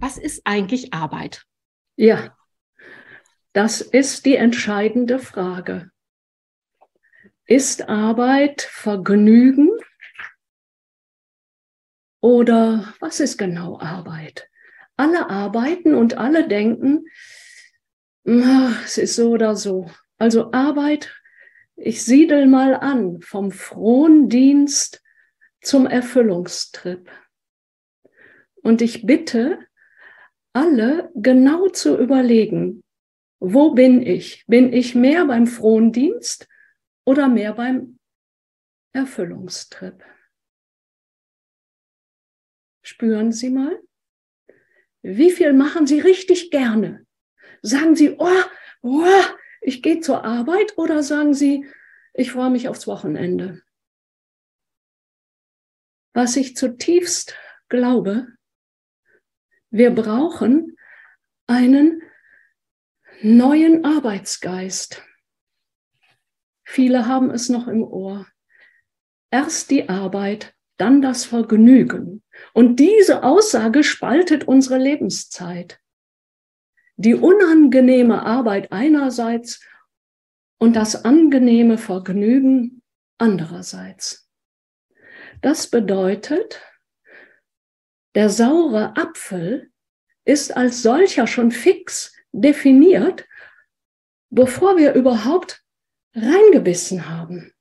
was ist eigentlich Arbeit? Ja, das ist die entscheidende Frage. Ist Arbeit Vergnügen oder was ist genau Arbeit? Alle arbeiten und alle denken, es ist so oder so. Also Arbeit, ich siedel mal an, vom Frondienst zum Erfüllungstrip. Und ich bitte alle genau zu überlegen, wo bin ich? Bin ich mehr beim Frondienst oder mehr beim Erfüllungstrip? Spüren Sie mal, wie viel machen Sie richtig gerne? Sagen Sie, ich gehe zur Arbeit, oder sagen Sie, ich freue mich aufs Wochenende? Was ich zutiefst glaube, wir brauchen einen neuen Arbeitsgeist. Viele haben es noch im Ohr. Erst die Arbeit, dann das Vergnügen. Und diese Aussage spaltet unsere Lebenszeit. Die unangenehme Arbeit einerseits und das angenehme Vergnügen andererseits. Das bedeutet, der saure Apfel ist als solcher schon fix definiert, bevor wir überhaupt reingebissen haben.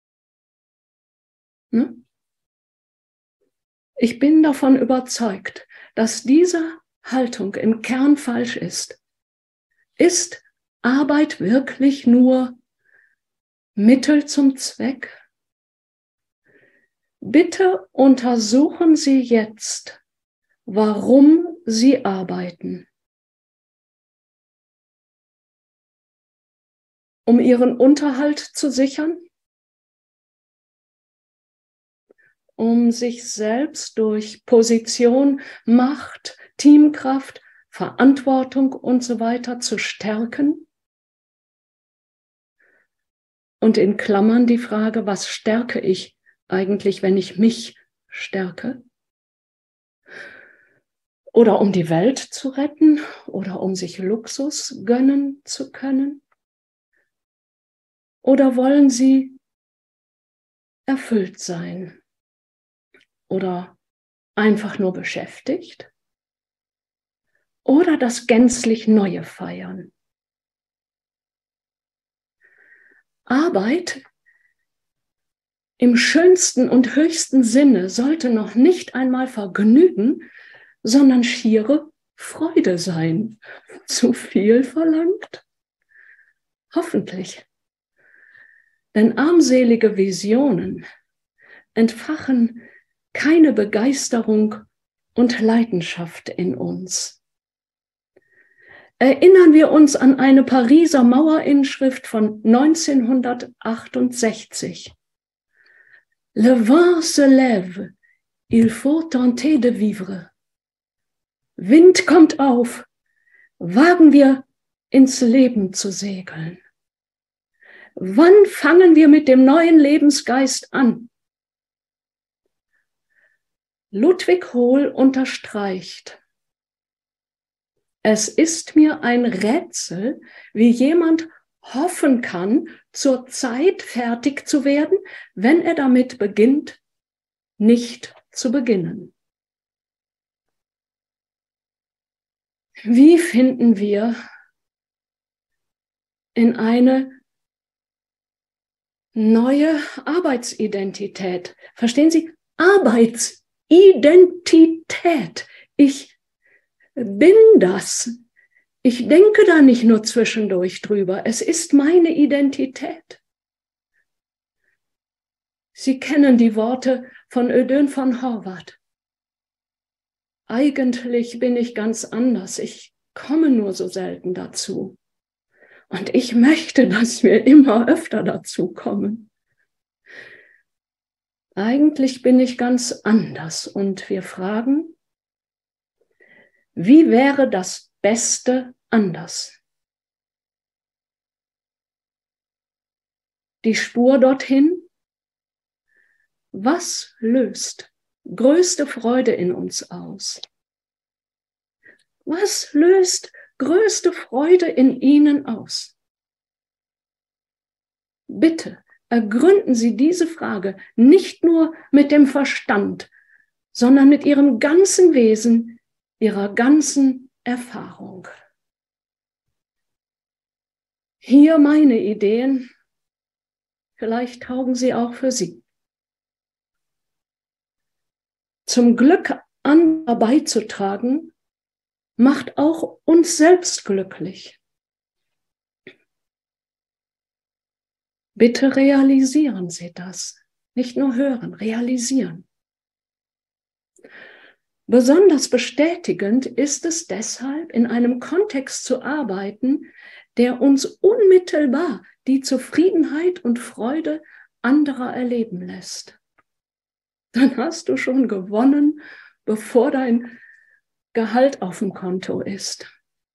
Ich bin davon überzeugt, dass diese Haltung im Kern falsch ist. Ist Arbeit wirklich nur Mittel zum Zweck? Bitte untersuchen Sie jetzt, warum Sie arbeiten. Um Ihren Unterhalt zu sichern? Um sich selbst durch Position, Macht, Teamkraft, Verantwortung und so weiter zu stärken? Und in Klammern die Frage, was stärke ich eigentlich, wenn ich mich stärke? Oder um die Welt zu retten oder um sich Luxus gönnen zu können? Oder wollen Sie erfüllt sein oder einfach nur beschäftigt? Oder das gänzlich Neue feiern? Arbeit im schönsten und höchsten Sinne sollte noch nicht einmal Vergnügen, sondern schiere Freude sein. Zu viel verlangt? Hoffentlich. Denn armselige Visionen entfachen keine Begeisterung und Leidenschaft in uns. Erinnern wir uns an eine Pariser Mauerinschrift von 1968. Le vent se lève, il faut tenter de vivre. Wind kommt auf, wagen wir ins Leben zu segeln. Wann fangen wir mit dem neuen Lebensgeist an? Ludwig Hohl unterstreicht: Es ist mir ein Rätsel, wie jemand hoffen kann, zur Zeit fertig zu werden, wenn er damit beginnt, nicht zu beginnen. Wie finden wir in eine neue Arbeitsidentität? Verstehen Sie? Arbeitsidentität. Ich bin das. Ich denke da nicht nur zwischendurch drüber. Es ist meine Identität. Sie kennen die Worte von Ödön von Horvath. Eigentlich bin ich ganz anders. Ich komme nur so selten dazu. Und ich möchte, dass wir immer öfter dazu kommen. Eigentlich bin ich ganz anders. Und wir fragen, wie wäre das Beste anders? Die Spur dorthin? Was löst größte Freude in uns aus? Was löst größte Freude in Ihnen aus? Bitte ergründen Sie diese Frage nicht nur mit dem Verstand, sondern mit Ihrem ganzen Wesen, Ihrer ganzen Erfahrung. Hier meine Ideen, vielleicht taugen sie auch für Sie. Zum Glück anderer beizutragen, macht auch uns selbst glücklich. Bitte realisieren Sie das. Nicht nur hören, realisieren. Besonders bestätigend ist es deshalb, in einem Kontext zu arbeiten, der uns unmittelbar die Zufriedenheit und Freude anderer erleben lässt. Dann hast du schon gewonnen, bevor dein Gehalt auf dem Konto ist.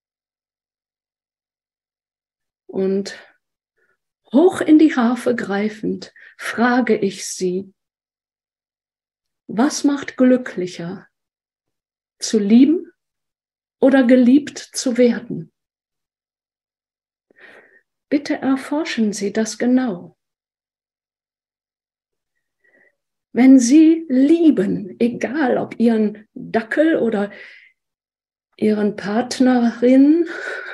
Und hoch in die Harfe greifend frage ich Sie, was macht glücklicher, zu lieben oder geliebt zu werden? Bitte erforschen Sie das genau. Wenn Sie lieben, egal ob Ihren Dackel oder Ihren Partnerin,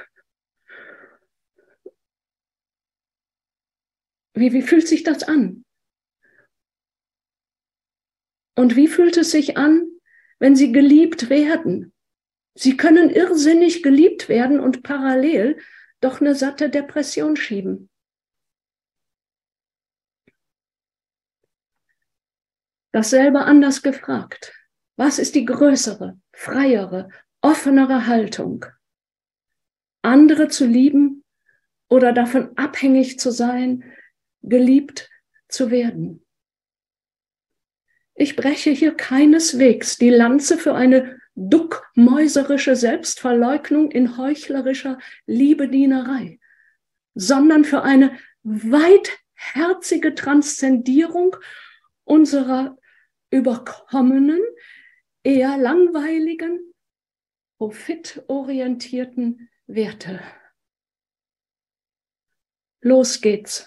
wie fühlt sich das an? Und wie fühlt es sich an, wenn Sie geliebt werden? Sie können irrsinnig geliebt werden und parallel doch eine satte Depression schieben. Dasselbe anders gefragt. Was ist die größere, freiere, offenere Haltung? Andere zu lieben oder davon abhängig zu sein, geliebt zu werden? Ich breche hier keineswegs die Lanze für eine duckmäuserische Selbstverleugnung in heuchlerischer Liebedienerei, sondern für eine weitherzige Transzendierung unserer überkommenen, eher langweiligen, profitorientierten Werte. Los geht's.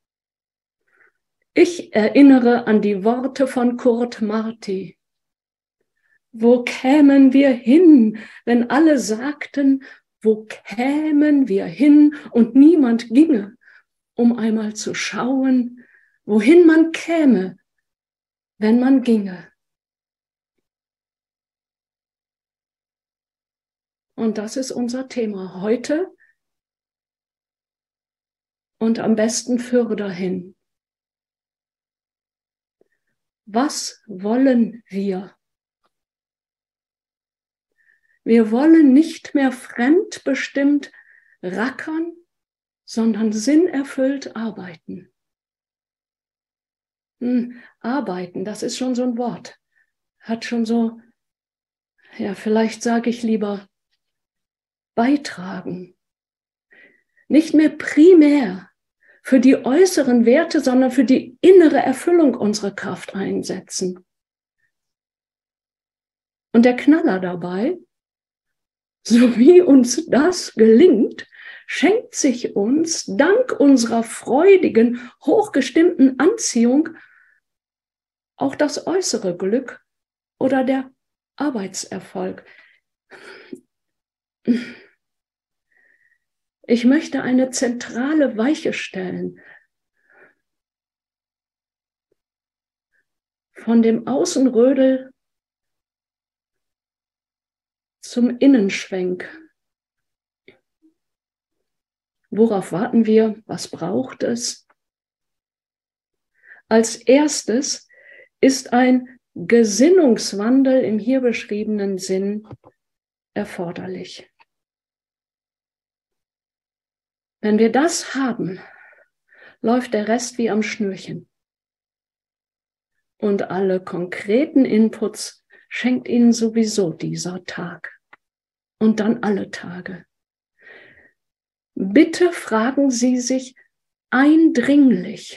Ich erinnere an die Worte von Kurt Marti. Wo kämen wir hin, wenn alle sagten, wo kämen wir hin und niemand ginge, um einmal zu schauen, wohin man käme, wenn man ginge. Und das ist unser Thema heute und am besten für dahin. Was wollen wir? Wir wollen nicht mehr fremdbestimmt rackern, sondern sinnerfüllt arbeiten. Arbeiten, das ist schon so ein Wort. Hat schon so, ja, vielleicht sage ich lieber beitragen. Nicht mehr primär für die äußeren Werte, sondern für die innere Erfüllung unsere Kraft einsetzen. Und der Knaller dabei, so wie uns das gelingt, schenkt sich uns dank unserer freudigen, hochgestimmten Anziehung auch das äußere Glück oder der Arbeitserfolg. Ich möchte eine zentrale Weiche stellen. Von dem Außenrödel zum Innenschwenk. Worauf warten wir? Was braucht es? Als erstes ist ein Gesinnungswandel im hier beschriebenen Sinn erforderlich. Wenn wir das haben, läuft der Rest wie am Schnürchen. Und alle konkreten Inputs schenkt Ihnen sowieso dieser Tag und dann alle Tage. Bitte fragen Sie sich eindringlich,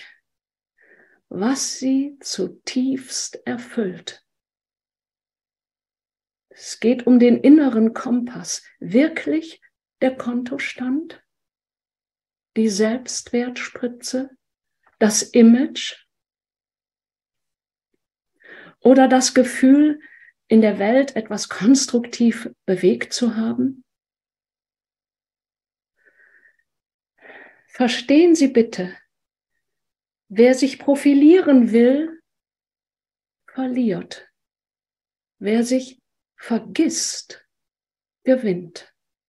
was Sie zutiefst erfüllt. Es geht um den inneren Kompass. Wirklich der Kontostand, die Selbstwertspritze, das Image oder das Gefühl, in der Welt etwas konstruktiv bewegt zu haben? Verstehen Sie bitte, wer sich profilieren will, verliert. Wer sich vergisst, gewinnt.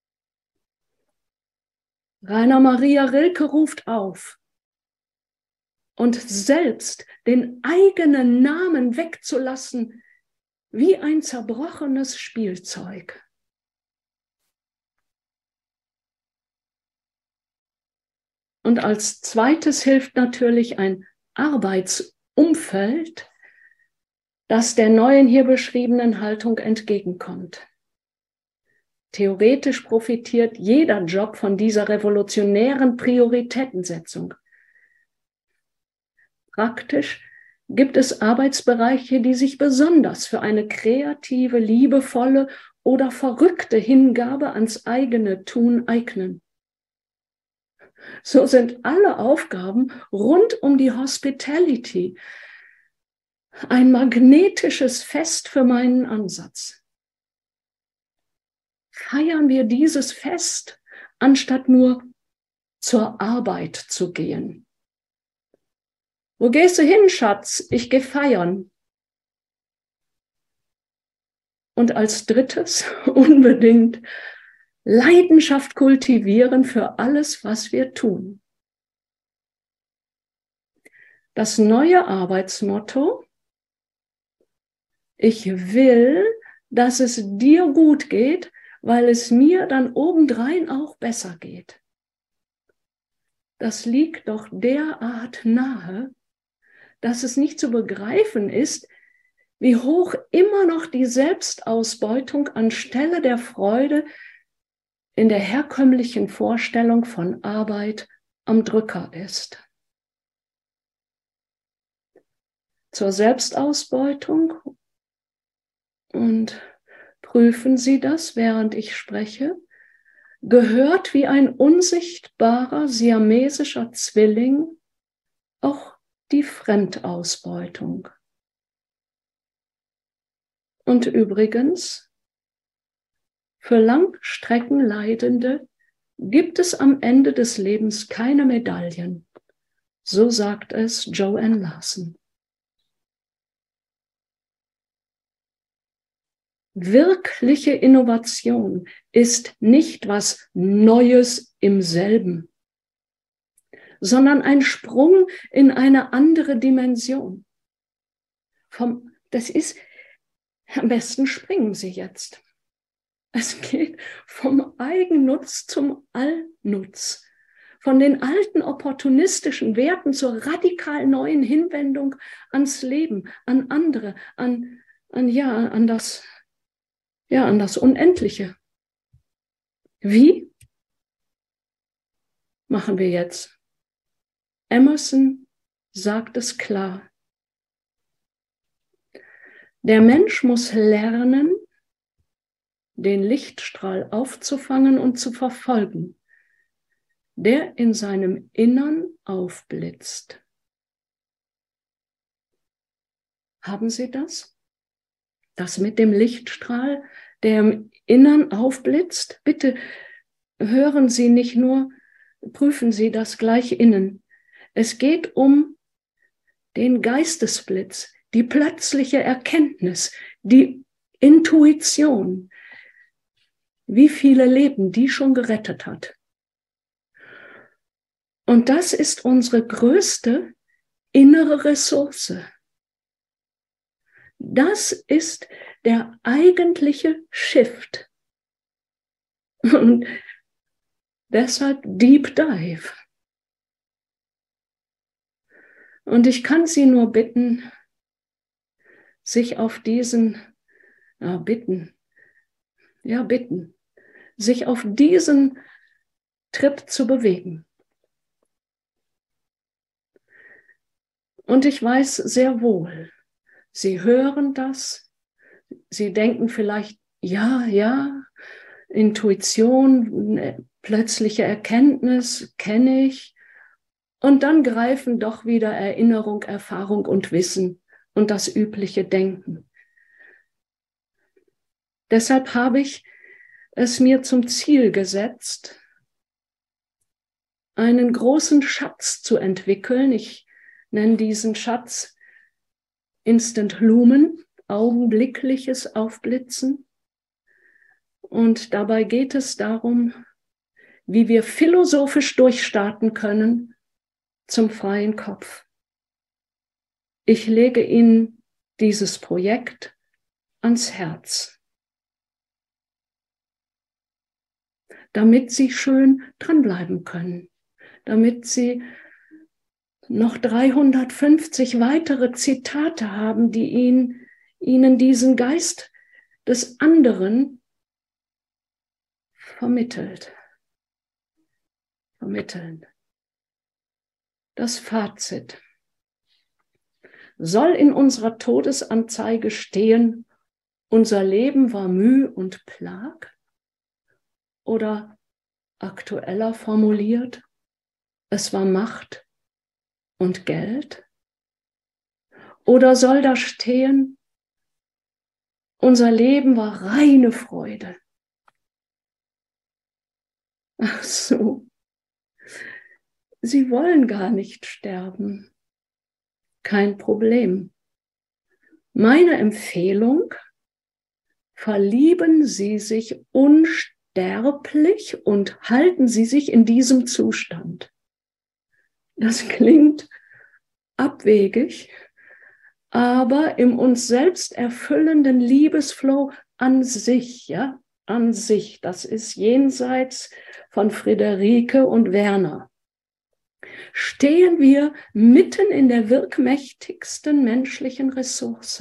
Rainer Maria Rilke ruft auf, und selbst den eigenen Namen wegzulassen, wie ein zerbrochenes Spielzeug. Und als zweites hilft natürlich ein Arbeitsumfeld, das der neuen hier beschriebenen Haltung entgegenkommt. Theoretisch profitiert jeder Job von dieser revolutionären Prioritätensetzung. Praktisch gibt es Arbeitsbereiche, die sich besonders für eine kreative, liebevolle oder verrückte Hingabe ans eigene Tun eignen. So sind alle Aufgaben rund um die Hospitality ein magnetisches Fest für meinen Ansatz. Feiern wir dieses Fest, anstatt nur zur Arbeit zu gehen. Wo gehst du hin, Schatz? Ich gehe feiern. Und als drittes unbedingt Leidenschaft kultivieren für alles, was wir tun. Das neue Arbeitsmotto: Ich will, dass es dir gut geht, weil es mir dann obendrein auch besser geht. Das liegt doch derart nahe, dass es nicht zu begreifen ist, wie hoch immer noch die Selbstausbeutung anstelle der Freude in der herkömmlichen Vorstellung von Arbeit am Drücker ist. Zur Selbstausbeutung, und prüfen Sie das, während ich spreche, gehört wie ein unsichtbarer siamesischer Zwilling auch die Fremdausbeutung. Und übrigens, für Langstreckenleidende gibt es am Ende des Lebens keine Medaillen. So sagt es Joanne Larsen. Wirkliche Innovation ist nicht was Neues im Selben, sondern ein Sprung in eine andere Dimension. Das ist, am besten springen Sie jetzt. Es geht vom Eigennutz zum Allnutz, von den alten opportunistischen Werten zur radikal neuen Hinwendung ans Leben, an andere, an das Unendliche. Wie? Machen wir jetzt. Emerson sagt es klar. Der Mensch muss lernen, den Lichtstrahl aufzufangen und zu verfolgen, der in seinem Innern aufblitzt. Haben Sie das? Das mit dem Lichtstrahl, der im Innern aufblitzt? Bitte hören Sie nicht nur, prüfen Sie das gleich innen. Es geht um den Geistesblitz, die plötzliche Erkenntnis, die Intuition, wie viele Leben die schon gerettet hat. Und das ist unsere größte innere Ressource. Das ist der eigentliche Shift. Und deshalb Deep Dive. Und ich kann Sie nur bitten, sich auf diesen, sich auf diesen Trip zu bewegen. Und ich weiß sehr wohl, Sie hören das, Sie denken vielleicht, ja, Intuition, plötzliche Erkenntnis kenne ich. Und dann greifen doch wieder Erinnerung, Erfahrung und Wissen und das übliche Denken. Deshalb habe ich es mir zum Ziel gesetzt, einen großen Schatz zu entwickeln. Ich nenne diesen Schatz Instant Lumen, augenblickliches Aufblitzen. Und dabei geht es darum, wie wir philosophisch durchstarten können zum freien Kopf. Ich lege Ihnen dieses Projekt ans Herz, damit Sie schön dranbleiben können, damit Sie noch 350 weitere Zitate haben, die Ihnen diesen Geist des anderen vermitteln. Das Fazit. Soll in unserer Todesanzeige stehen, unser Leben war Müh und Plag? Oder aktueller formuliert, es war Macht und Geld? Oder soll da stehen, unser Leben war reine Freude? Ach so, Sie wollen gar nicht sterben. Kein Problem. Meine Empfehlung, verlieben Sie sich unsterblich und halten Sie sich in diesem Zustand. Das klingt abwegig, aber im uns selbst erfüllenden Liebesflow an sich, ja, an sich, das ist jenseits von Friederike und Werner, stehen wir mitten in der wirkmächtigsten menschlichen Ressource.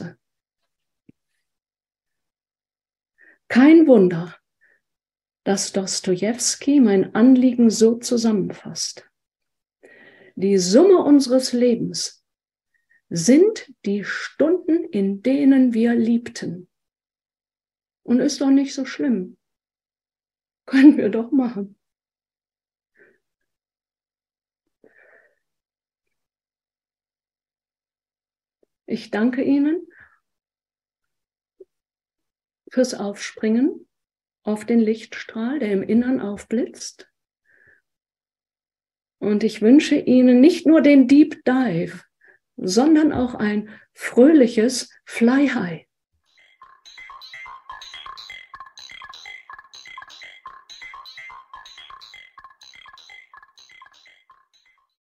Kein Wunder, dass Dostojewski mein Anliegen so zusammenfasst. Die Summe unseres Lebens sind die Stunden, in denen wir liebten. Und ist doch nicht so schlimm. Können wir doch machen. Ich danke Ihnen fürs Aufspringen auf den Lichtstrahl, der im Innern aufblitzt. Und ich wünsche Ihnen nicht nur den Deep Dive, sondern auch ein fröhliches Fly High.